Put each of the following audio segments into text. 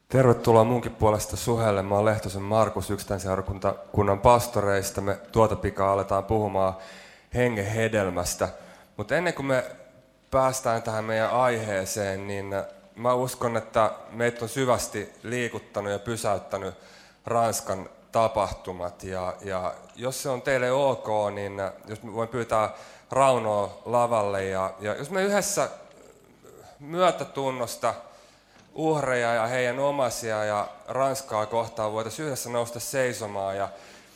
Tervetuloa munkin puolesta Suhelle. Mä oon Lehtosen Markus, yksi tämän seurakunnan pastoreista. Me tuota pikaa aletaan puhumaan hengen hedelmästä. Mutta ennen kuin me päästään tähän meidän aiheeseen, niin mä uskon, että meitä on syvästi liikuttanut ja pysäyttänyt Ranskan tapahtumat. Ja jos se on teille ok, niin jos voin pyytää Raunoa lavalle. Ja jos me yhdessä myötätunnosta uhreja ja heidän omaisia ja Ranskaa kohtaan voitaisiin yhdessä nousta seisomaan ja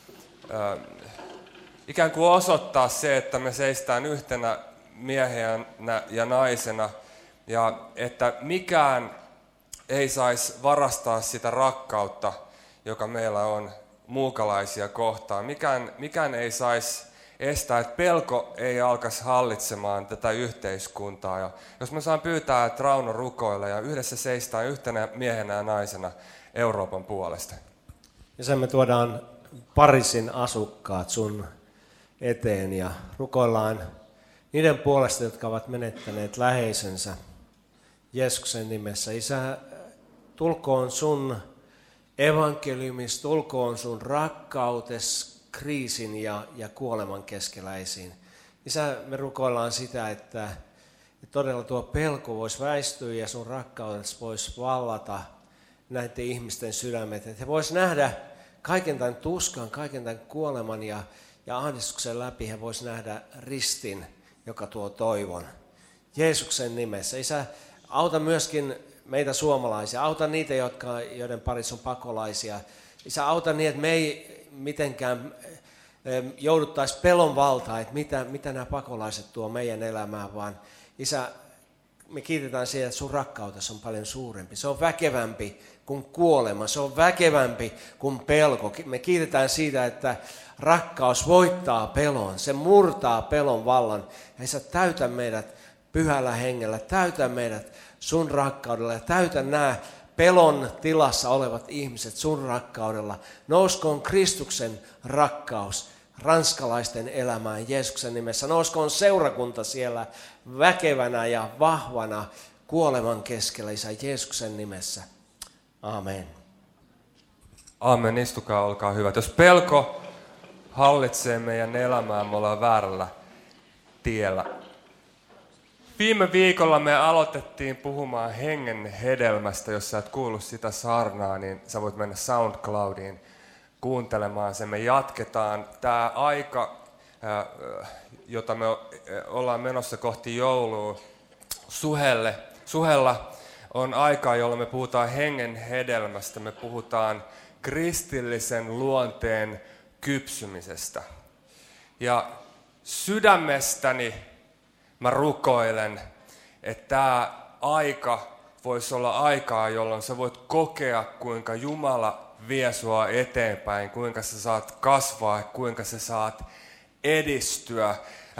ikään kuin osoittaa se, että me seistään yhtenä miehenä ja naisena ja että mikään ei saisi varastaa sitä rakkautta, joka meillä on muukalaisia kohtaan. Mikään ei saisi estää, että pelko ei alkaisi hallitsemaan tätä yhteiskuntaa. Ja jos mä saan pyytää, että Rauno rukoilee ja yhdessä seistään yhtenä miehenä ja naisena Euroopan puolesta. Ja sen me tuodaan Pariisin asukkaat sun eteen ja rukoillaan niiden puolesta, jotka ovat menettäneet läheisensä Jeesuksen nimessä. Isä, tulkoon sun evankeliumis, tulkoon sun rakkautes kriisin ja kuoleman keskeläisiin. Isä, me rukoillaan sitä, että todella tuo pelko voisi väistyä ja sun rakkaudessa voisi vallata näiden ihmisten sydämet. Että he vois nähdä kaiken tämän tuskan, kaiken tämän kuoleman ja ahdistuksen läpi. He vois nähdä ristin, joka tuo toivon. Jeesuksen nimessä. Isä, auta myöskin meitä suomalaisia. Auta niitä, joiden parissa on pakolaisia. Isä, auta niin, että me ei mitenkään jouduttaisiin pelon valtaan, että mitä nämä pakolaiset tuo meidän elämään, vaan Isä, me kiitetään siitä, että sun rakkautesi on paljon suurempi. Se on väkevämpi kuin kuolema, se on väkevämpi kuin pelko. Me kiitetään siitä, että rakkaus voittaa pelon, se murtaa pelon vallan. Ja Isä, täytä meidät pyhällä hengellä, täytä meidät sun rakkaudella ja täytä nämä pelon tilassa olevat ihmiset sun rakkaudella. Nouskoon Kristuksen rakkaus ranskalaisten elämään Jeesuksen nimessä. Nouskoon seurakunta siellä väkevänä ja vahvana kuoleman keskellä, Isä, Jeesuksen nimessä. Amen. Amen. Istukaa, olkaa hyvät. Jos pelko hallitsee meidän elämää, me ollaan väärällä tiellä. Viime viikolla me aloitettiin puhumaan hengen hedelmästä. Jos sä et kuullut sitä saarnaa, niin sä voit mennä SoundCloudiin kuuntelemaan sen. Me jatketaan. Tämä aika, jota me ollaan menossa kohti joulua, Suhella on aika, jolloin me puhutaan hengen hedelmästä. Me puhutaan kristillisen luonteen kypsymisestä. Ja sydämestäni mä rukoilen, että tämä aika voisi olla aikaa, jolloin sä voit kokea, kuinka Jumala vie sua eteenpäin, kuinka sä saat kasvaa, kuinka sä saat edistyä.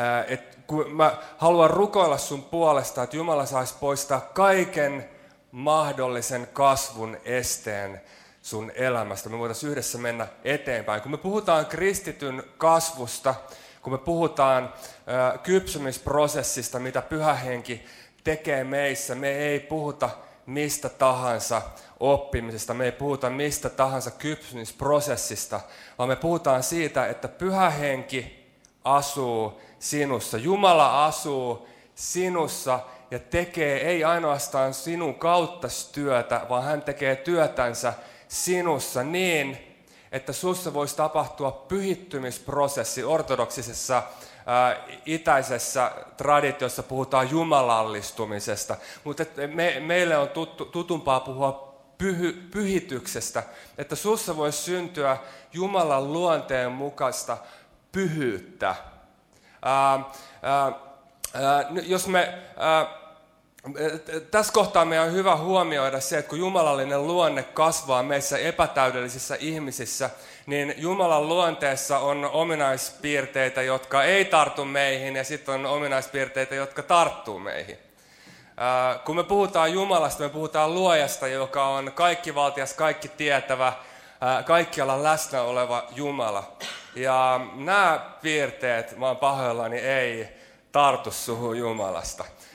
Mä haluan rukoilla sun puolesta, että Jumala saisi poistaa kaiken mahdollisen kasvun esteen sun elämästä. Me voitaisiin yhdessä mennä eteenpäin. Kun me puhutaan kristityn kasvusta, kun me puhutaan kypsymisprosessista, mitä Pyhä Henki tekee meissä, me ei puhuta mistä tahansa oppimisesta, me ei puhuta mistä tahansa kypsymisprosessista, vaan me puhutaan siitä, että Pyhä Henki asuu sinussa. Jumala asuu sinussa ja tekee ei ainoastaan sinun kauttasi työtä, vaan hän tekee työtänsä sinussa niin, että sussa voisi tapahtua pyhittymisprosessi. Ortodoksisessa itäisessä traditiossa puhutaan jumalallistumisesta, mutta meille on tutumpaa puhua pyhityksestä, että sussa voisi syntyä Jumalan luonteen mukaista pyhyyttä. Tässä kohtaa meidän on hyvä huomioida se, että kun jumalallinen luonne kasvaa meissä epätäydellisissä ihmisissä, niin Jumalan luonteessa on ominaispiirteitä, jotka ei tartu meihin, ja sitten on ominaispiirteitä, jotka tarttuu meihin. Kun me puhutaan Jumalasta, me puhutaan luojasta, joka on kaikkivaltias, kaikki tietävä, kaikkialla läsnä oleva Jumala. Ja nämä piirteet, mä oon pahoillani, ei tartu suhun Jumalasta.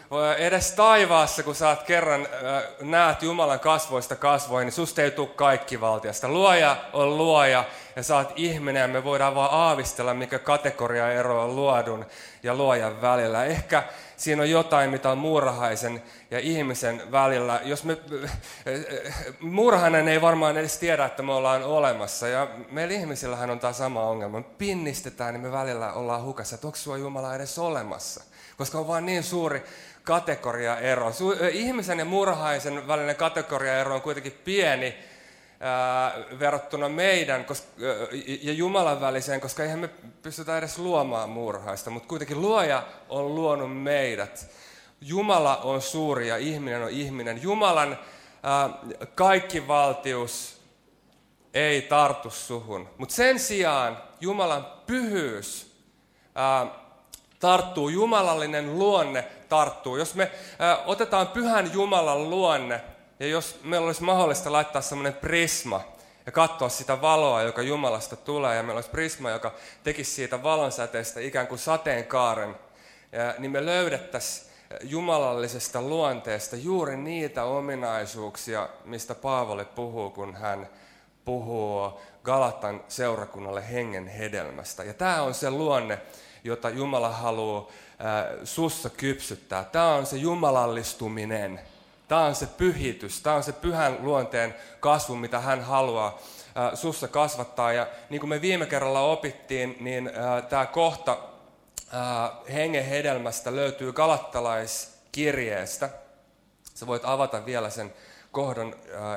Edes taivaassa, kun sä kerran näet Jumalan kasvoista kasvoin, niin susta ei tule kaikkivaltiasta. Luoja on luoja ja sä oot ihminen ja me voidaan vaan aavistella, mikä kategoriaero on luodun ja luojan välillä. Ehkä siinä on jotain, mitä on muurahaisen ja ihmisen välillä. Muurahainen ei varmaan edes tiedä, että me ollaan olemassa. Ja meillä ihmisillähän on tämä sama ongelma. Me pinnistetään, niin me välillä ollaan hukassa, että onko sua Jumala edes olemassa? Koska on vaan niin suuri kategoriaero. Ihmisen ja muurahaisen välinen kategoriaero on kuitenkin pieni verrattuna meidän ja Jumalan väliseen, koska eihän me pystytä edes luomaan muurahaista, mutta kuitenkin luoja on luonut meidät. Jumala on suuri ja ihminen on ihminen. Jumalan kaikkivaltius ei tartu suhun, mutta sen sijaan Jumalan pyhyys tarttuu, jumalallinen luonne tarttuu. Jos me otetaan pyhän Jumalan luonne, ja jos meillä olisi mahdollista laittaa semmoinen prisma ja katsoa sitä valoa, joka Jumalasta tulee, ja meillä olisi prisma, joka tekisi siitä valonsäteestä ikään kuin sateenkaaren, niin me löydettäisiin jumalallisesta luonteesta juuri niitä ominaisuuksia, mistä Paavali puhuu, kun hän puhuu Galatan seurakunnalle hengen hedelmästä. Ja tämä on se luonne, jota Jumala haluaa sussa kypsyttää. Tämä on se jumalallistuminen. Tämä on se pyhitys. Tämä on se pyhän luonteen kasvu, mitä hän haluaa sussa kasvattaa. Ja niin kuin me viime kerralla opittiin, niin tämä kohta hengen hedelmästä löytyy galattalaiskirjeestä. Sä voit avata vielä sen kohdan.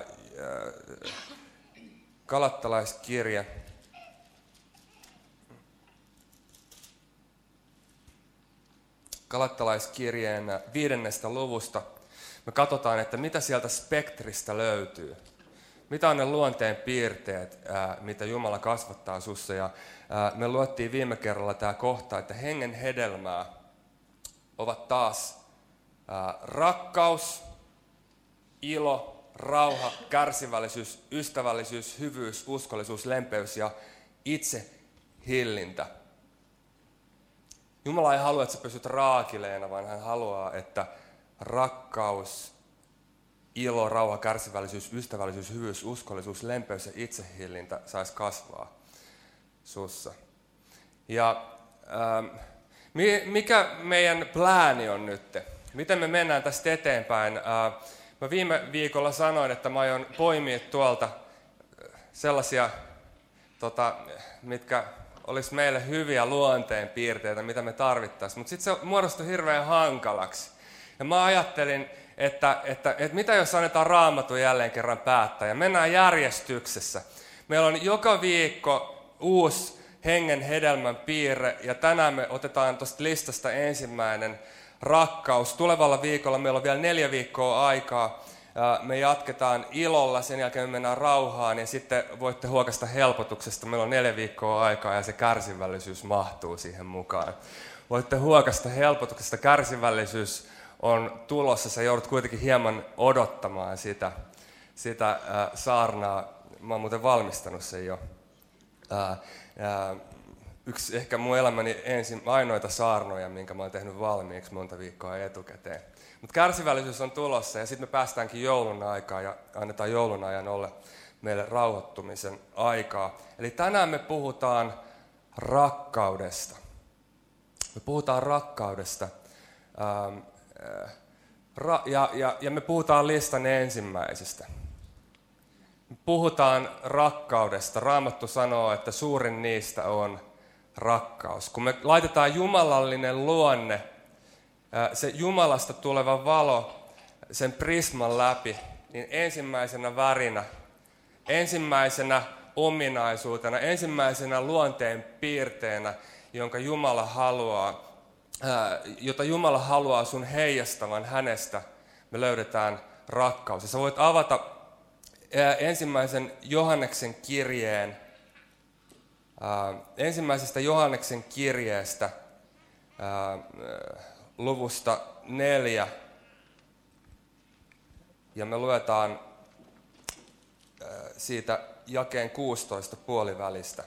Galattalaiskirje. Galattalaiskirjeen 5. luvusta. Me katsotaan, että mitä sieltä spektristä löytyy. Mitä on ne luonteen piirteet, mitä Jumala kasvattaa sussa. Ja me luettiin viime kerralla tämä kohta, että hengen hedelmää ovat taas rakkaus, ilo, rauha, kärsivällisyys, ystävällisyys, hyvyys, uskollisuus, lempeys ja itsehillintä. Jumala ei halua, että sä pysyt raakileena, vaan hän haluaa, että rakkaus, ilo, rauha, kärsivällisyys, ystävällisyys, hyvyys, uskollisuus, lempeys ja itsehillintä saisi kasvaa sussa. Ja mikä meidän plääni on nyt? Miten me mennään tästä eteenpäin? Mä viime viikolla sanoin, että mä aion poimia tuolta sellaisia, mitkä olisi meille hyviä luonteen piirteitä, mitä me tarvittaisiin. Mutta sitten se muodostui hirveän hankalaksi. Ja mä ajattelin, että mitä jos annetaan Raamatun jälleen kerran päättää. Ja mennään järjestyksessä. Meillä on joka viikko uusi hengen hedelmän piirre. Ja tänään me otetaan tuosta listasta ensimmäinen rakkaus. Tulevalla viikolla meillä on vielä 4 viikkoa aikaa. Me jatketaan ilolla, sen jälkeen me mennään rauhaan ja sitten voitte huokasta helpotuksesta. Meillä on 4 viikkoa aikaa ja se kärsivällisyys mahtuu siihen mukaan. Voitte huokasta helpotuksesta, kärsivällisyys on tulossa. Sä joudut kuitenkin hieman odottamaan sitä saarnaa. Mä oon muuten valmistanut sen jo. Yksi ehkä mun elämäni ainoita saarnoja, minkä mä oon tehnyt valmiiksi monta viikkoa etukäteen. Mutta kärsivällisyys on tulossa ja sitten me päästäänkin joulun aikaan ja annetaan joulun ajan olla meille rauhoittumisen aikaa. Eli tänään me puhutaan rakkaudesta. Me puhutaan rakkaudesta ja me puhutaan listan ensimmäisestä. Me puhutaan rakkaudesta. Raamattu sanoo, että suurin niistä on rakkaus. Kun me laitetaan jumalallinen luonne, se Jumalasta tuleva valo sen prisman läpi, niin ensimmäisenä värinä, ensimmäisenä ominaisuutena, ensimmäisenä luonteen piirteenä, jota Jumala haluaa sun heijastavan hänestä, me löydetään rakkaus. Ja sä voit avata ensimmäisen Johanneksen kirjeen, ensimmäisestä Johanneksen kirjeestä, luvusta 4, ja me luetaan siitä jakeen 16 puolivälistä.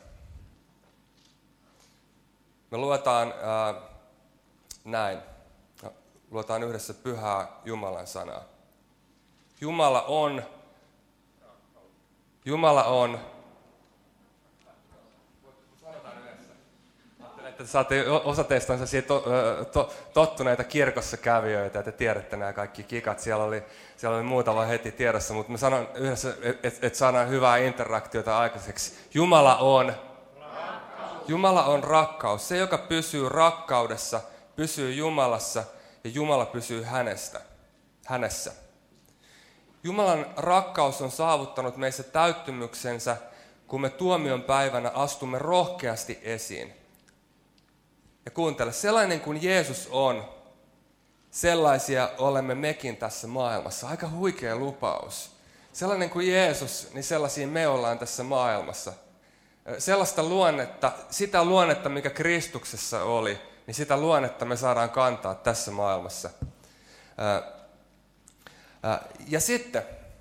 Me luetaan näin. luotaan yhdessä pyhää Jumalan sanaa. Jumala on. Ajattelen, että saatte osa teistä on tottuneita kirkossa kävijöitä, että tiedätte nämä kaikki kikat. Siellä oli muutama heti tiedossa, mutta mä sanon yhdessä, että saadaan hyvää interaktiota aikaiseksi. Jumala on rakkaus. Se, joka pysyy rakkaudessa, pysyy Jumalassa ja Jumala pysyy hänessä. Jumalan rakkaus on saavuttanut meissä täyttymyksensä, kun me tuomion päivänä astumme rohkeasti esiin. Ja kuuntele, sellainen kuin Jeesus on, sellaisia olemme mekin tässä maailmassa. Aika huikea lupaus. Sellainen kuin Jeesus, niin sellaisia me ollaan tässä maailmassa. Sellaista luonnetta, sitä luonnetta, mikä Kristuksessa oli, niin sitä luonnetta me saadaan kantaa tässä maailmassa. Ja sitten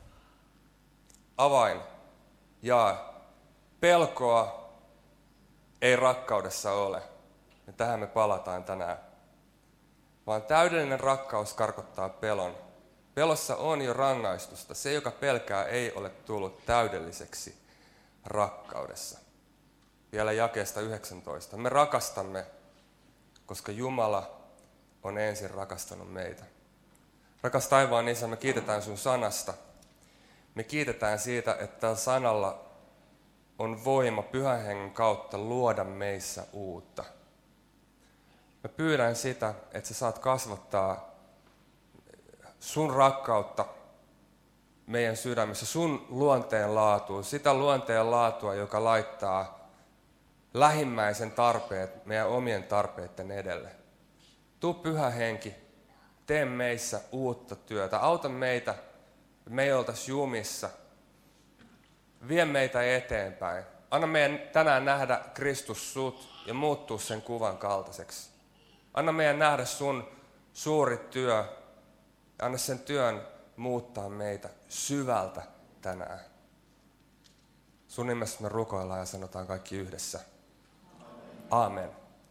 avain ja pelkoa ei rakkaudessa ole. Ja tähän me palataan tänään. Vaan täydellinen rakkaus karkottaa pelon. Pelossa on jo rangaistusta. Se, joka pelkää, ei ole tullut täydelliseksi rakkaudessa. Vielä jakeesta 19. Me rakastamme, koska Jumala on ensin rakastanut meitä. Rakas taivaan Isä, me kiitetään sun sanasta. Me kiitetään siitä, että tällä sanalla on voima Pyhän Hengen kautta luoda meissä uutta. Mä pyydän sitä, että sä saat kasvattaa sun rakkautta meidän sydämessä, sun luonteen laatua, sitä luonteen laatua, joka laittaa lähimmäisen tarpeet meidän omien tarpeiden edelle. Tuu Pyhä Henki, tee meissä uutta työtä, auta meitä, me ei oltaisi jumissa, vie meitä eteenpäin. Anna meidän tänään nähdä Kristus sut ja muuttua sen kuvan kaltaiseksi. Anna meidän nähdä sun suuri työ ja anna sen työn muuttaa meitä syvältä tänään. Sun nimessä me rukoillaan ja sanotaan kaikki yhdessä. Aamen.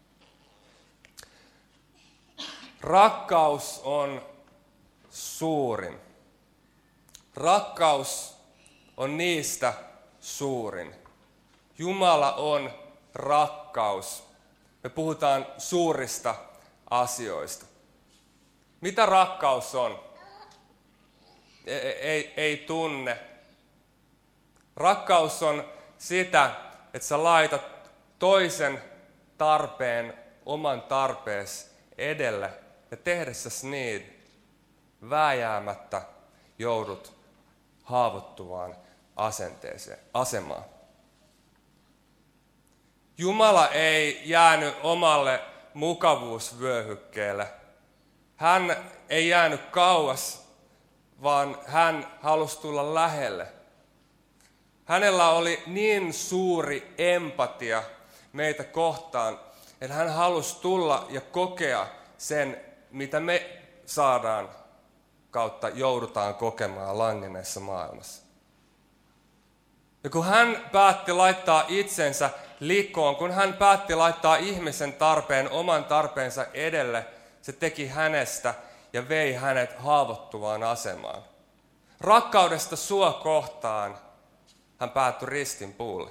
Rakkaus on suurin. Rakkaus on niistä suurin. Jumala on rakkaus. Me puhutaan suurista asioista. Mitä rakkaus on? Ei tunne. Rakkaus on sitä, että sä laitat toisen tarpeen oman tarpeesi edelle ja tehdessäsi niin vääjäämättä joudut haavoittuvaan asemaan. Jumala ei jäänyt omalle mukavuusvyöhykkeelle. Hän ei jäänyt kauas, vaan hän halusi tulla lähelle. Hänellä oli niin suuri empatia meitä kohtaan, että hän halusi tulla ja kokea sen, mitä me saadaan kautta joudutaan kokemaan langenneessa maailmassa. Ja kun hän päätti laittaa itsensä likoon, kun hän päätti laittaa ihmisen tarpeen oman tarpeensa edelle, se teki hänestä ja vei hänet haavoittuvaan asemaan. Rakkaudesta sua kohtaan hän päätyi ristinpuulle.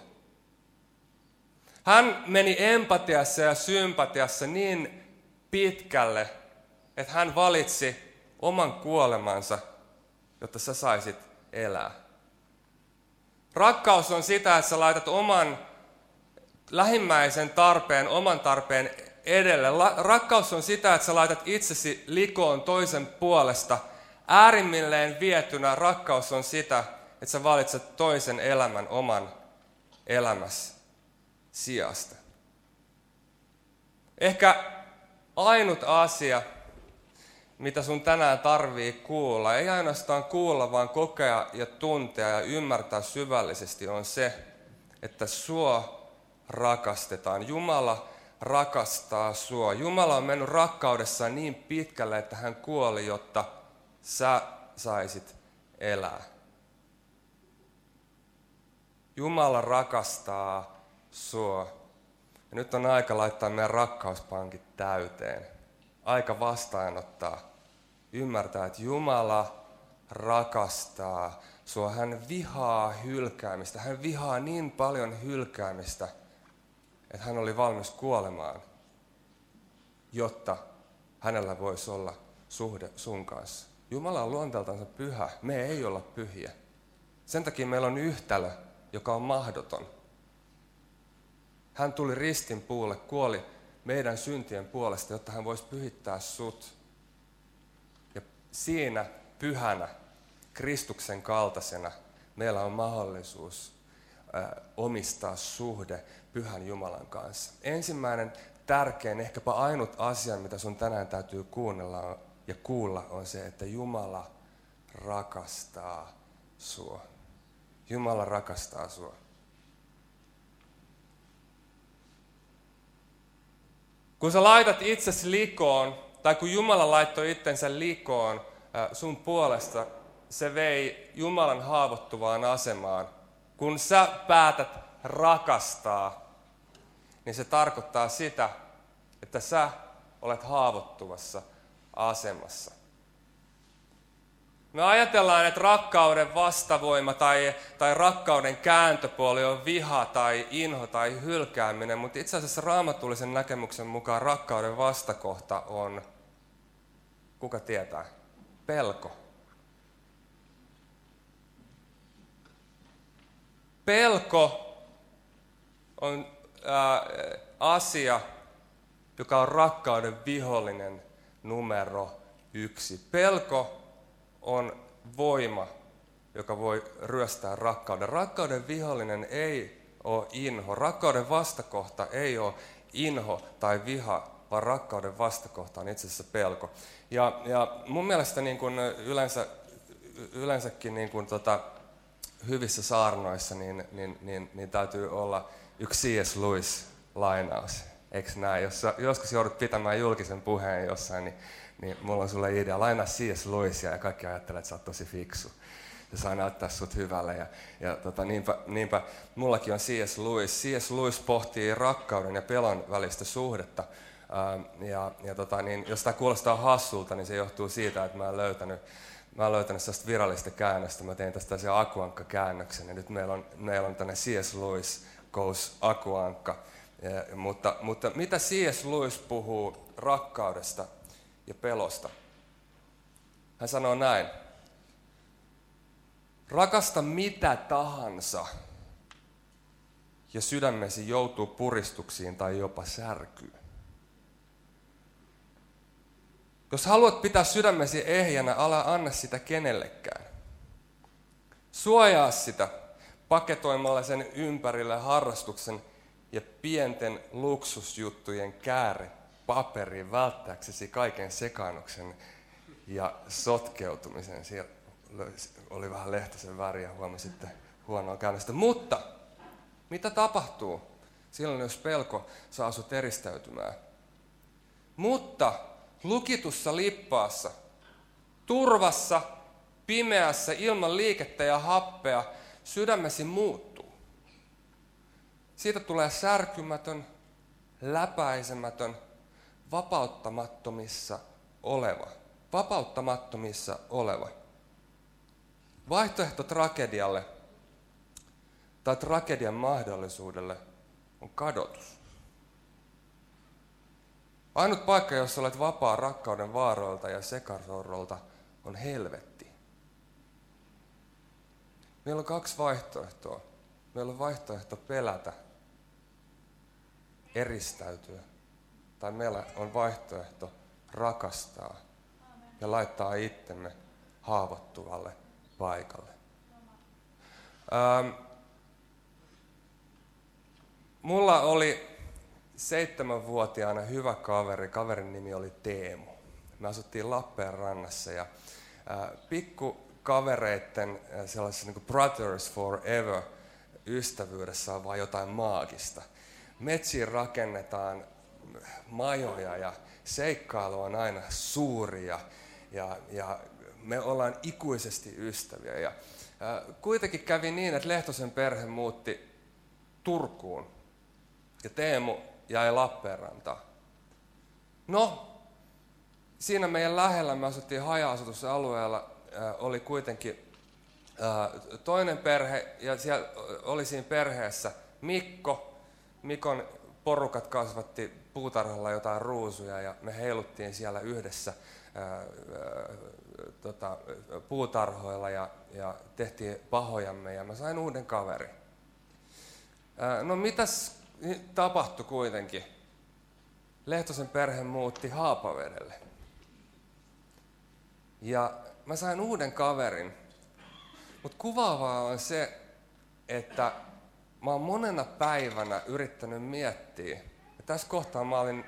Hän meni empatiassa ja sympatiassa niin pitkälle, että hän valitsi oman kuolemansa, jotta sä saisit elää. Rakkaus on sitä, että sä laitat oman lähimmäisen tarpeen, oman tarpeen edelle. Rakkaus on sitä, että sä laitat itsesi likoon toisen puolesta. Äärimmilleen vietynä rakkaus on sitä, että sä valitset toisen elämän oman elämässä sijasta. Ehkä ainut asia, mitä sun tänään tarvii kuulla, ei ainoastaan kuulla, vaan kokea ja tuntea ja ymmärtää syvällisesti, on se, että sua rakastetaan. Jumala rakastaa sua. Jumala on mennyt rakkaudessaan niin pitkälle, että hän kuoli, jotta sä saisit elää. Jumala rakastaa sua. Ja nyt on aika laittaa meidän rakkauspankit täyteen. Aika vastaanottaa ymmärtää, että Jumala rakastaa sua. Hän vihaa hylkäämistä. Hän vihaa niin paljon hylkäämistä, että hän oli valmis kuolemaan, jotta hänellä voisi olla suhde sun kanssa. Jumala on luonteeltansa pyhä. Me ei olla pyhiä. Sen takia meillä on yhtälö, joka on mahdoton. Hän tuli ristin puulle, kuoli meidän syntien puolesta, jotta hän voisi pyhittää sut. Ja siinä pyhänä, Kristuksen kaltaisena, meillä on mahdollisuus omistaa suhde pyhän Jumalan kanssa. Ensimmäinen, tärkein, ehkäpä ainut asia, mitä sun tänään täytyy kuunnella ja kuulla, on se, että Jumala rakastaa sua. Jumala rakastaa sua. Kun sä laitat itsesi likoon, tai kun Jumala laittoi itsensä likoon sun puolesta, se vei Jumalan haavoittuvaan asemaan. Kun sä päätät rakastaa, niin se tarkoittaa sitä, että sä olet haavoittuvassa asemassa. Me ajatellaan, että rakkauden vastavoima tai rakkauden kääntöpuoli on viha tai inho tai hylkääminen, mutta itse asiassa raamatullisen näkemyksen mukaan rakkauden vastakohta on, kuka tietää, pelko. Pelko on asia, joka on rakkauden vihollinen numero 1. Pelko on voima, joka voi ryöstää rakkauden. Rakkauden vihollinen ei ole inho. Rakkauden vastakohta ei ole inho tai viha, vaan rakkauden vastakohta on itse asiassa pelko. Ja mun mielestä niin kun yleensäkin niin kun hyvissä saarnoissa niin täytyy olla yksi C.S. Lewis-lainaus. Eikö näin? Jos joskus joudut pitämään julkisen puheen jossain, niin mulla on sulle idea. Lainaa C.S. Lewisia ja kaikki ajattelee, että sä oot tosi fiksu. Se saa näyttää sut hyvälle. Niinpä mullakin on C.S. Lewis. C.S. Lewis pohtii rakkauden ja pelon välistä suhdetta. Jos tämä kuulostaa hassulta, niin se johtuu siitä, että mä oon löytänyt sellaista virallista käännöstä. Mä tein tästä tällaisen akuankka-käännöksen. Ja nyt meillä on tänne C.S. Lewis goes akuankka. Mutta mitä C.S. Lewis puhuu rakkaudesta ja pelosta? Hän sanoo näin. Rakasta mitä tahansa, ja sydämesi joutuu puristuksiin tai jopa särkyyn. Jos haluat pitää sydämesi ehjänä, älä anna sitä kenellekään. Suojaa sitä paketoimalla sen ympärille harrastuksen ja pienten luksusjuttujen kääre paperiin välttääksesi kaiken sekaannuksen ja sotkeutumisen. Siellä oli vähän Lehtosen väriä, huomasitte huonoa käännöstä. Mutta mitä tapahtuu silloin, jos pelko saa sut eristäytymään? Mutta lukitussa lippaassa, turvassa, pimeässä, ilman liikettä ja happea, sydämesi muuttuu. Siitä tulee särkymätön, läpäisemätön, vapauttamattomissa oleva. Vapauttamattomissa oleva. Vaihtoehto tragedialle tai tragedian mahdollisuudelle on kadotus. Ainut paikka, jossa olet vapaa rakkauden vaaroilta ja sekasorrolta, on helvetti. Meillä on 2 vaihtoehtoa. Meillä on vaihtoehto pelätä, eristäytyä, tai meillä on vaihtoehto rakastaa ja laittaa itsemme haavoittuvalle paikalle. Mulla oli 7-vuotiaana hyvä kaveri. Kaverin nimi oli Teemu. Me asuttiin Lappeenrannassa ja pikkukavereitten sellaisessa niin kuin Brothers Forever ystävyydessä on vaan jotain maagista. Metsiin rakennetaan majoja ja seikkailu on aina suuri ja me ollaan ikuisesti ystäviä. Ja kuitenkin kävi niin, että Lehtosen perhe muutti Turkuun ja Teemu jäi Lappeenrantaan. No, siinä meidän lähellä, me asuttiin haja-asutusalueella, oli kuitenkin toinen perhe, ja siellä oli siinä perheessä Mikko. Mikon porukat kasvatti puutarhalla jotain ruusuja, ja me heiluttiin siellä yhdessä puutarhoilla ja tehtiin pahojamme, ja mä sain uuden kaverin. No mitäs tapahtui kuitenkin? Lehtosen perhe muutti Haapavedelle. Ja mä sain uuden kaverin. Mutta kuvaavaa on se, että mä oon monena päivänä yrittänyt miettiä. Ja tässä kohtaa mä olin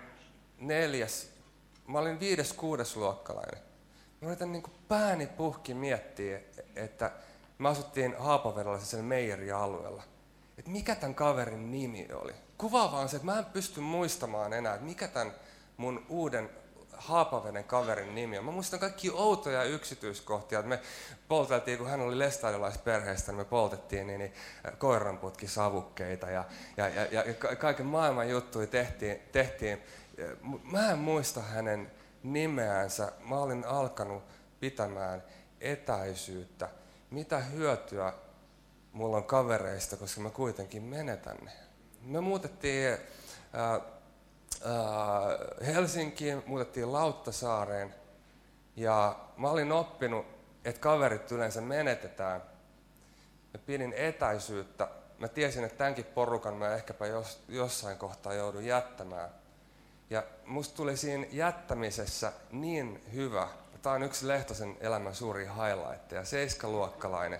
5.–6. luokkalainen. Mä yritän niin kuin pääni puhki miettiä, että me asuttiin Haapavedellä siellä meijerialueella. Että mikä tämän kaverin nimi oli. Kuvaavaa on se, että mä en pysty muistamaan enää, että mikä tämän mun uuden Haapaveden kaverin nimi on. Mä muistan kaikki outoja yksityiskohtia. Me polteltiin, kun hän oli lestadiolaisperheestä, niin me poltettiin niin koiranputkisavukkeita ja kaiken maailman juttuja tehtiin. Mä en muista hänen nimeänsä. Mä olin alkanut pitämään etäisyyttä. Mitä hyötyä mulla on kavereista, koska mä kuitenkin menetän ne. Me muutettiin Helsinkiin, muutettiin Lauttasaareen ja mä olin oppinut, että kaverit yleensä menetetään. Mä pidin etäisyyttä. Mä tiesin, että tämänkin porukan mä ehkäpä jossain kohtaa joudun jättämään. Ja musta tuli siinä jättämisessä niin hyvä. Tää on yksi Lehtosen elämän suuri highlight. Ja 7-luokkalainen.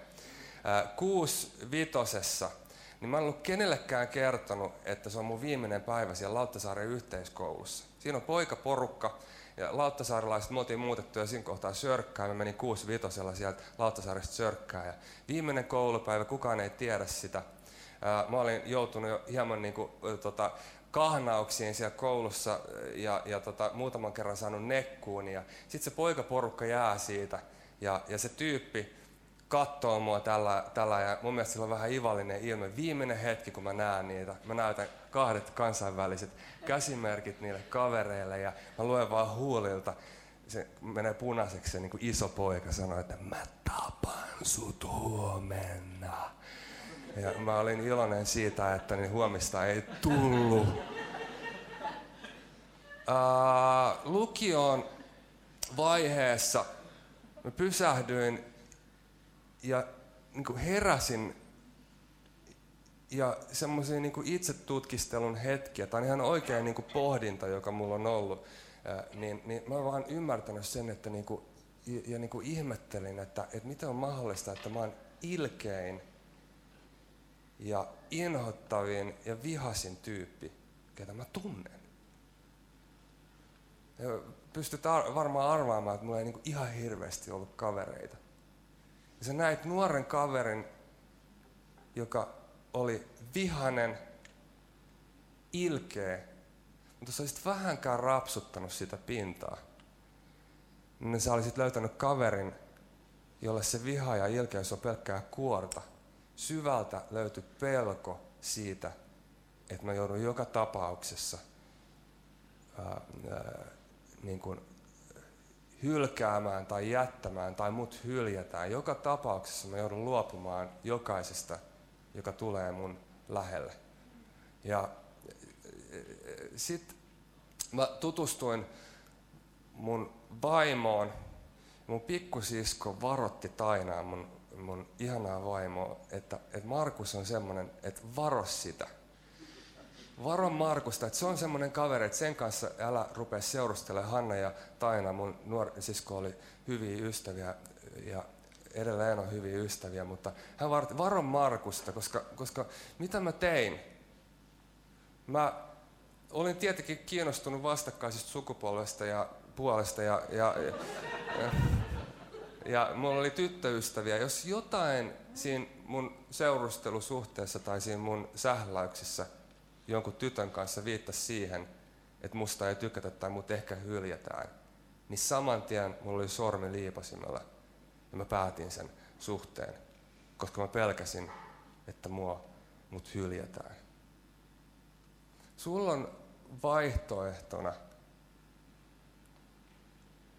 6.5. Niin mä en ollut kenellekään kertonut, että se on mun viimeinen päivä siellä Lauttasaaren yhteiskoulussa. Siinä on poikaporukka ja lauttasaarilaiset me oltiin muutettu ja siinä kohtaa Sörkkään. Mä menin 6.5. sieltä Lauttasaaresta Sörkkään ja viimeinen koulupäivä, kukaan ei tiedä sitä. Mä olin joutunut jo hieman kahnauksiin siellä koulussa ja muutaman kerran saanut nekkuun ja sit se poikaporukka jää siitä ja se tyyppi kattoo mua tällä ja mun mielestä sillä on vähän ivallinen ilme. Viimeinen hetki, kun mä näen niitä, mä näytän 2 kansainväliset käsimerkit niille kavereille ja mä luen vaan huulilta. Se menee punaiseksi se niin kuin iso poika sanoo, että mä tapan sut huomenna. Ja mä olin iloinen siitä, että niin huomista ei tullut. Lukion vaiheessa mä pysähdyin ja niin kuin heräsin ja semmoisia niin kuin itsetutkistelun hetkiä, tai ihan oikea niin kuin pohdinta, joka mulla on ollut, niin mä oon vaan ymmärtänyt sen, että niin kuin ihmettelin, että miten on mahdollista, että mä oon ilkein ja inhottavin ja vihasin tyyppi, ketä mä tunnen. Ja pystyt varmaan arvaamaan, että mulla ei niin kuin ihan hirveästi ollut kavereita. Ja sä näit nuoren kaverin, joka oli vihainen, ilkeä, mutta sä olisit vähänkään rapsuttanut sitä pintaa. Niin sä olisit löytänyt kaverin, jolle se viha ja ilkeys on pelkkää kuorta. Syvältä löytyi pelko siitä, että mä joudun joka tapauksessa niin kuin hylkäämään tai jättämään tai mut hyljätään. Joka tapauksessa mä joudun luopumaan jokaisesta, joka tulee mun lähelle. Ja sit mä tutustuin mun vaimoon. Mun pikkusisko varotti Tainaa, mun ihanaa vaimoa, että Markus on semmonen, että varo sitä. Varo Markusta, että se on semmoinen kaveri, että sen kanssa älä rupea seurustelemaan. Hanna ja Taina, mun nuori sisko, oli hyviä ystäviä ja edelleen on hyviä ystäviä, mutta hän varo Markusta, koska mitä mä tein? Mä olin tietenkin kiinnostunut vastakkaisista sukupolvesta ja puolesta ja mulla oli tyttöystäviä. Jos jotain siinä mun seurustelusuhteessa tai siinä mun sähläyksissä jonkun tytön kanssa viittasi siihen, että musta ei tykätä tai mut ehkä hyljätään, niin saman tien mulla oli sormi liipasimella ja mä päätin sen suhteen, koska mä pelkäsin, että mut hyljätään. Sulla on vaihtoehtona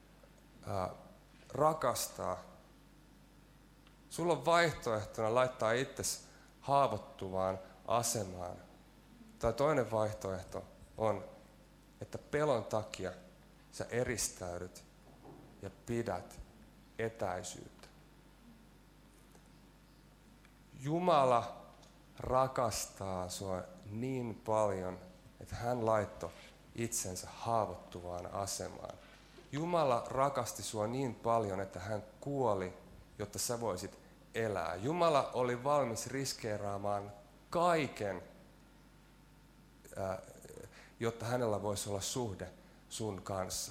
rakastaa, sulla on vaihtoehtona laittaa itsesi haavoittuvaan asemaan. Tai toinen vaihtoehto on, että pelon takia sä eristäydyt ja pidät etäisyyttä. Jumala rakastaa sua niin paljon, että hän laittoi itsensä haavoittuvaan asemaan. Jumala rakasti sua niin paljon, että hän kuoli, jotta sä voisit elää. Jumala oli valmis riskeeraamaan kaiken, jotta hänellä voisi olla suhde sun kanssa.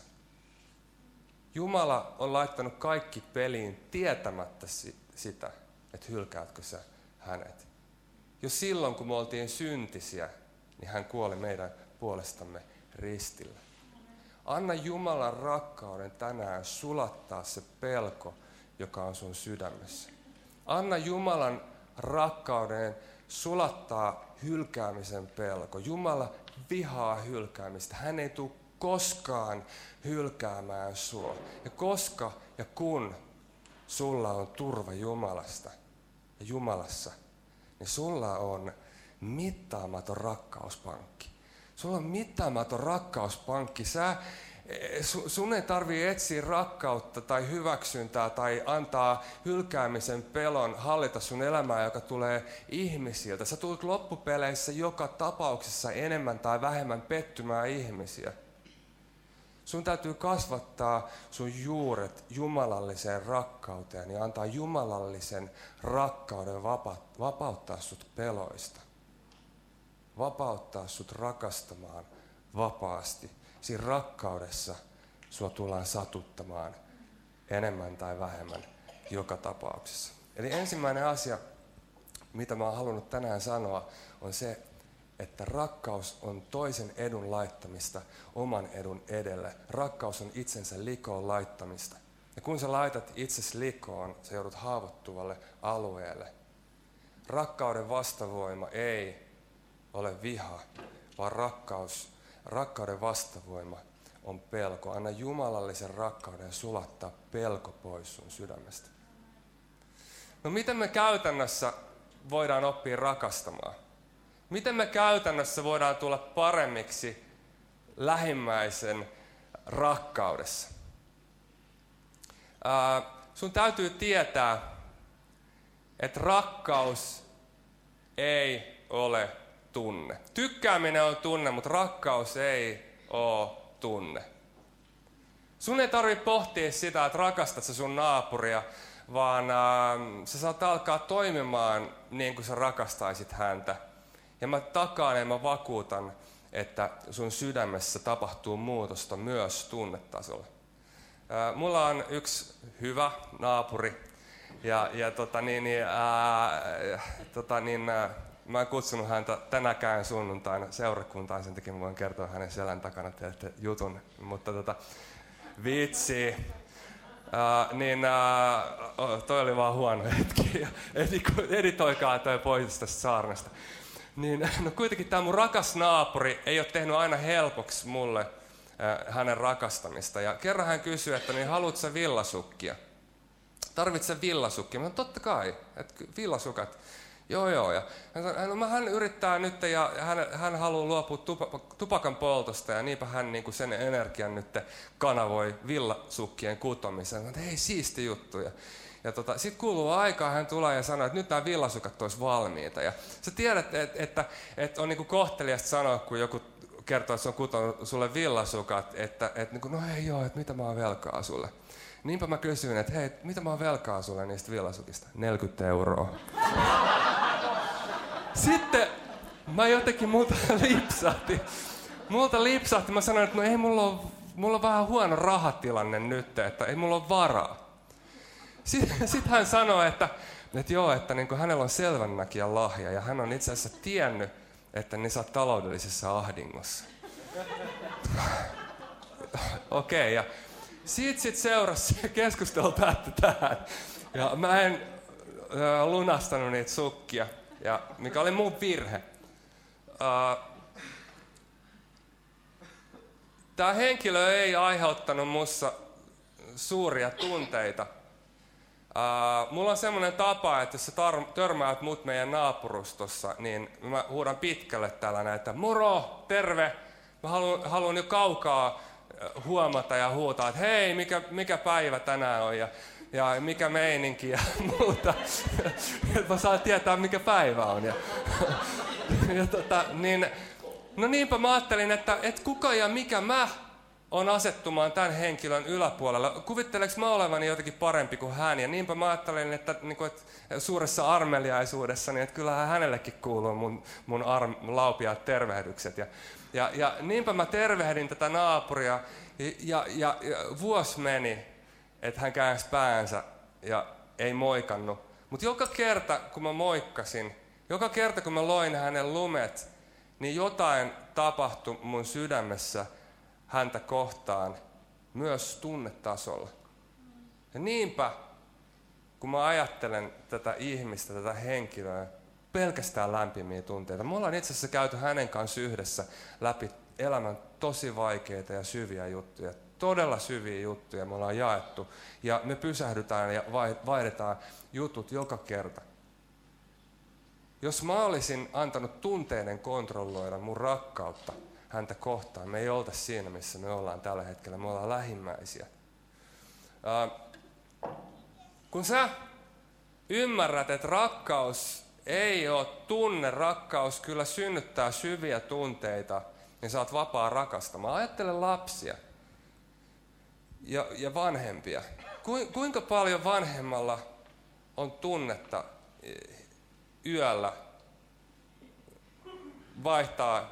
Jumala on laittanut kaikki peliin tietämättä sitä, että hylkäätkö sä hänet. Jo silloin, kun me oltiin syntisiä, niin hän kuoli meidän puolestamme ristillä. Anna Jumalan rakkauden tänään sulattaa se pelko, joka on sun sydämessä. Anna Jumalan rakkauden sulattaa hylkäämisen pelko. Jumala vihaa hylkäämistä. Hän ei tule koskaan hylkäämään sua. Ja koska ja kun sulla on turva Jumalasta ja Jumalassa, niin sulla on mittaamaton rakkauspankki. Sulla on mittaamaton rakkauspankki. Sun ei tarvitse etsiä rakkautta tai hyväksyntää tai antaa hylkäämisen pelon hallita sun elämää, joka tulee ihmisiltä. Sä tulet loppupeleissä joka tapauksessa enemmän tai vähemmän pettymään ihmisiä. Sun täytyy kasvattaa sun juuret jumalalliseen rakkauteen ja antaa jumalallisen rakkauden vapauttaa sut peloista. Vapauttaa sut rakastamaan vapaasti. Siinä rakkaudessa sua tullaan satuttamaan enemmän tai vähemmän joka tapauksessa. Eli ensimmäinen asia, mitä mä oon halunnut tänään sanoa, on se, että rakkaus on toisen edun laittamista oman edun edelle. Rakkaus on itsensä likoon laittamista. Ja kun sä laitat itsesi likoon, sä joudut haavoittuvalle alueelle. Rakkauden vastavoima ei ole viha, vaan rakkauden vastavoima on pelko. Anna jumalallisen rakkauden sulattaa pelko pois sun sydämestä. No miten me käytännössä voidaan oppia rakastamaan? Miten me käytännössä voidaan tulla paremmiksi lähimmäisen rakkaudessa? Sun täytyy tietää, että rakkaus ei ole tunne. Tykkääminen on tunne, mutta rakkaus ei ole tunne. Sun ei tarvitse pohtia sitä, että rakastat sä sun naapuria, vaan sä saat alkaa toimimaan niin kuin sä rakastaisit häntä. Ja mä takaan ja mä vakuutan, että sun sydämessä tapahtuu muutosta myös tunnetasolla. Mulla on yksi hyvä naapuri mä en kutsunut häntä tänäkään sunnuntaina seurakuntaan, sen takia mä voin kertoa hänen selän takana teille jutun. Mutta vitsi, toi oli vaan huono hetki. Editoikaa toi pois tästä saarnasta. No kuitenkin tämä mun rakas naapuri ei ole tehnyt aina helpoksi mulle hänen rakastamista. Ja kerran hän kysyi, että niin haluatko sä villasukkia? Tarvitset villasukkia? Mä totta kai, että villasukat. Joo. Ja hän yrittää nyt ja hän haluaa luopua tupakan poltosta ja niinpä hän niin kuin sen energian nyt kanavoi villasukkien kutomiseen. Että hei, siisti juttu. Ja sitten kuuluu aikaa, hän tulee ja sanoo, että nyt nämä villasukat olisi valmiita. Ja sä tiedät, että on niin kuin kohteliasta sanoa, kun joku kertoo, että se on kutonut sulle villasukat, että niin kuin, no hei joo, että mitä mä oon velkaa sulle. Niinpä mä kysyin, että hei, mitä mä oon velkaa sulle niistä villasukista? 40 €. Sitten mä jotenkin multa lipsahti. Mä sanoin, että no ei mulla on vähän huono rahatilanne nyt, että ei mulla ole varaa. Sitten hän sanoi, että joo, että niin kuin hänellä on selvännäkijän lahja ja hän on itse asiassa tiennyt, että niin sä oot taloudellisessa ahdingossa. Okei, ja siitä seurasi keskustelu päättyi tähän. Ja mä en lunastanut niitä sukkia, ja mikä oli mun virhe. Tämä henkilö ei aiheuttanut mussa suuria tunteita. Mulla on semmoinen tapa, että jos sä törmäät mut meidän naapurustossa, niin mä huudan pitkälle tällainen, että moro, terve. Mä haluan jo kaukaa huomata ja huutaa, että hei, mikä päivä tänään on ja mikä meininki ja muuta. Että mä saan tietää, mikä päivä on. No niinpä mä ajattelin, että kuka ja mikä mä on asettumaan tämän henkilön yläpuolella. Kuvitteleeko mä olevani jotenkin parempi kuin hän? Ja niinpä mä ajattelin, että suuressa armeliaisuudessa, niin että kyllähän hänellekin kuuluu mun laupiaat tervehdykset. Ja niinpä mä tervehdin tätä naapuria ja vuosi meni, että hän käänsi päänsä ja ei moikannut. Mutta joka kerta, kun mä moikkasin, joka kerta, kun mä loin hänen lumet, niin jotain tapahtui mun sydämessä häntä kohtaan, myös tunnetasolla. Ja niinpä, kun mä ajattelen tätä ihmistä, tätä henkilöä, pelkästään lämpimiä tunteita. Me ollaan itse asiassa käyty hänen kanssa yhdessä läpi elämän tosi vaikeita ja syviä juttuja. Todella syviä juttuja me ollaan jaettu. Ja me pysähdytään ja vaihdetaan jutut joka kerta. Jos mä olisin antanut tunteiden kontrolloida mun rakkautta häntä kohtaan, me ei oltaisi siinä, missä me ollaan tällä hetkellä. Me ollaan lähimmäisiä. Kun sä ymmärrät, että rakkaus ei ole tunne, rakkaus kyllä synnyttää syviä tunteita, niin sä oot vapaa rakastamaan. Ajattele lapsia ja vanhempia. Kuinka paljon vanhemmalla on tunnetta yöllä vaihtaa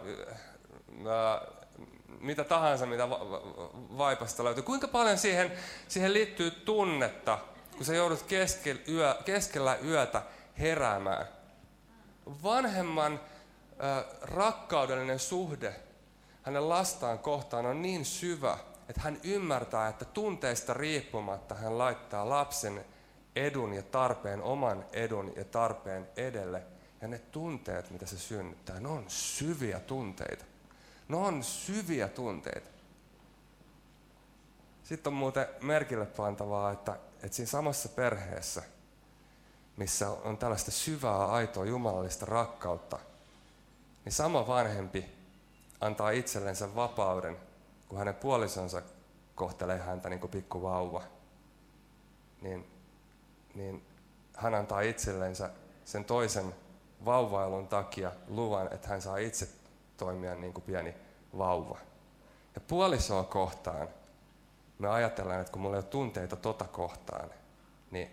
mitä tahansa, mitä vaipasta löytyy. Kuinka paljon siihen liittyy tunnetta, kun sä joudut keskellä yötä heräämään. Vanhemman rakkaudellinen suhde hänen lastaan kohtaan on niin syvä, että hän ymmärtää, että tunteista riippumatta hän laittaa lapsen edun ja tarpeen, oman edun ja tarpeen edelle. Ja ne tunteet, mitä se synnyttää, ne on syviä tunteita. Ne on syviä tunteita. Sitten on muuten merkille pantavaa, että siinä samassa perheessä, missä on tällaista syvää, aitoa, jumalallista rakkautta, niin sama vanhempi antaa itsellensä vapauden, kun hänen puolisonsa kohtelee häntä niin kuin pikkuvauva. Niin hän antaa itsellensä sen toisen vauvailun takia luvan, että hän saa itse toimia niin kuin pieni vauva. Ja puolisoa kohtaan me ajatellaan, että kun mulla ei ole tunteita tota kohtaan, niin.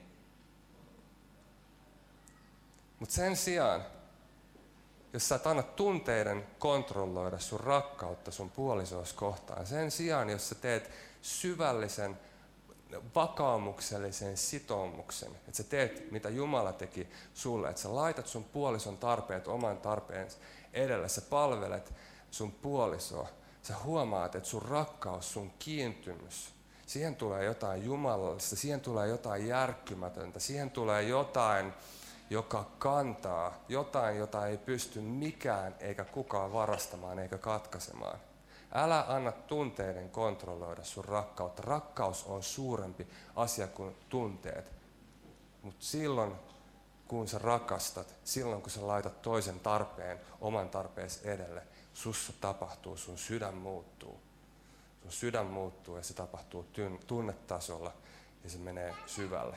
Mutta sen sijaan, jos sä et anna tunteiden kontrolloida sun rakkautta sun puolisoos kohtaan, sen sijaan, jos sä teet syvällisen, vakaumuksellisen sitoumuksen, että sä teet, mitä Jumala teki sulle, että sä laitat sun puolison tarpeet oman tarpeen edellä, sä palvelet sun puolisoa, sä huomaat, että sun rakkaus, sun kiintymys, siihen tulee jotain jumalallista, siihen tulee jotain järkkymätöntä, siihen tulee jotain, joka kantaa, jotain, jota ei pysty mikään eikä kukaan varastamaan eikä katkaisemaan. Älä anna tunteiden kontrolloida sun rakkautta. Rakkaus on suurempi asia kuin tunteet. Mutta silloin, kun sä rakastat, silloin kun sä laitat toisen tarpeen oman tarpeesi edelle, sussa tapahtuu, sun sydän muuttuu. Sun sydän muuttuu ja se tapahtuu tunnetasolla ja se menee syvälle.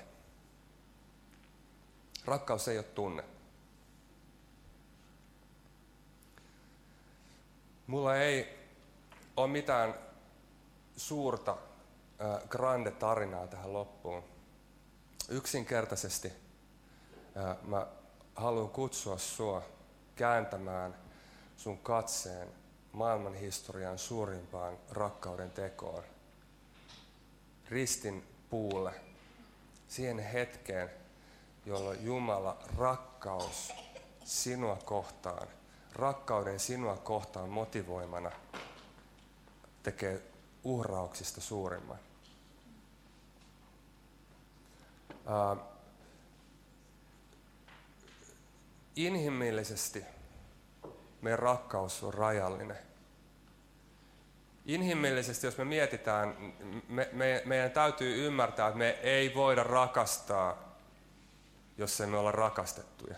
Rakkaus ei ole tunne. Mulla ei ole mitään suurta grande tarinaa tähän loppuun. Yksinkertaisesti mä haluan kutsua sua kääntämään sun katseen maailman historian suurimpaan rakkauden tekoon. Ristin puulle. Siihen hetkeen, jolloin Jumala rakkaus sinua kohtaan, rakkauden sinua kohtaan motivoimana tekee uhrauksista suurimman. Inhimillisesti meidän rakkaus on rajallinen. Inhimillisesti, jos me mietitään, meidän täytyy ymmärtää, että me ei voida rakastaa, jos ei me olla rakastettuja.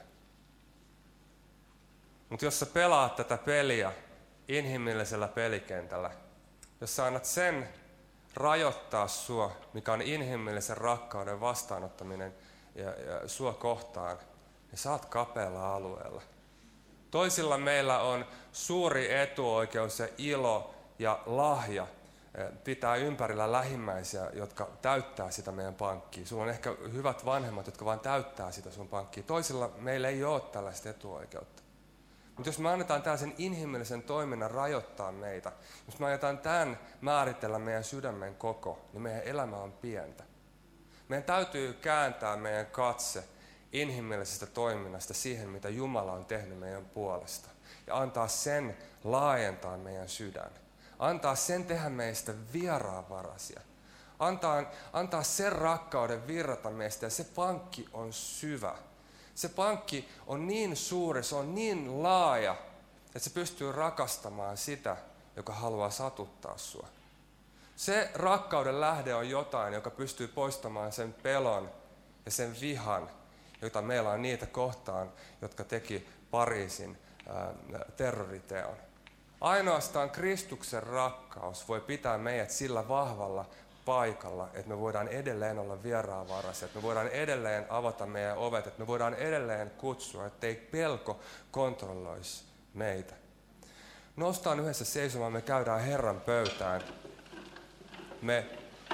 Mutta jos sä pelaat tätä peliä inhimillisellä pelikentällä, jos sä annat sen rajoittaa sua, mikä on inhimillisen rakkauden vastaanottaminen ja sua kohtaan, niin sä oot kapealla alueella. Toisilla meillä on suuri etuoikeus ja ilo ja lahja pitää ympärillä lähimmäisiä, jotka täyttää sitä meidän pankkia. Sulla on ehkä hyvät vanhemmat, jotka vaan täyttää sitä sun pankkia. Toisilla meillä ei ole tällaista etuoikeutta. Mutta jos me annetaan tällaisen inhimillisen toiminnan rajoittaa meitä, jos me annetaan tämän määritellä meidän sydämen koko, niin meidän elämä on pientä. Meidän täytyy kääntää meidän katse inhimillisestä toiminnasta siihen, mitä Jumala on tehnyt meidän puolesta. Ja antaa sen laajentaa meidän sydän. Antaa sen tehdä meistä vieraanvaraisia. Antaa sen rakkauden virrata meistä, ja se pankki on syvä. Se pankki on niin suuri, se on niin laaja, että se pystyy rakastamaan sitä, joka haluaa satuttaa sua. Se rakkauden lähde on jotain, joka pystyy poistamaan sen pelon ja sen vihan, jota meillä on niitä kohtaan, jotka teki Pariisin terroriteon. Ainoastaan Kristuksen rakkaus voi pitää meidät sillä vahvalla paikalla, että me voidaan edelleen olla vieraanvaraisia, että me voidaan edelleen avata meidän ovet, että me voidaan edelleen kutsua, ettei pelko kontrolloisi meitä. Noustaan yhdessä seisomaan, me käydään Herran pöytään. Me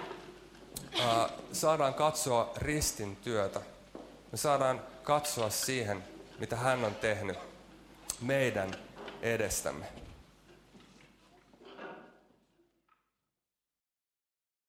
saadaan katsoa ristin työtä. Me saadaan katsoa siihen, mitä hän on tehnyt meidän edestämme.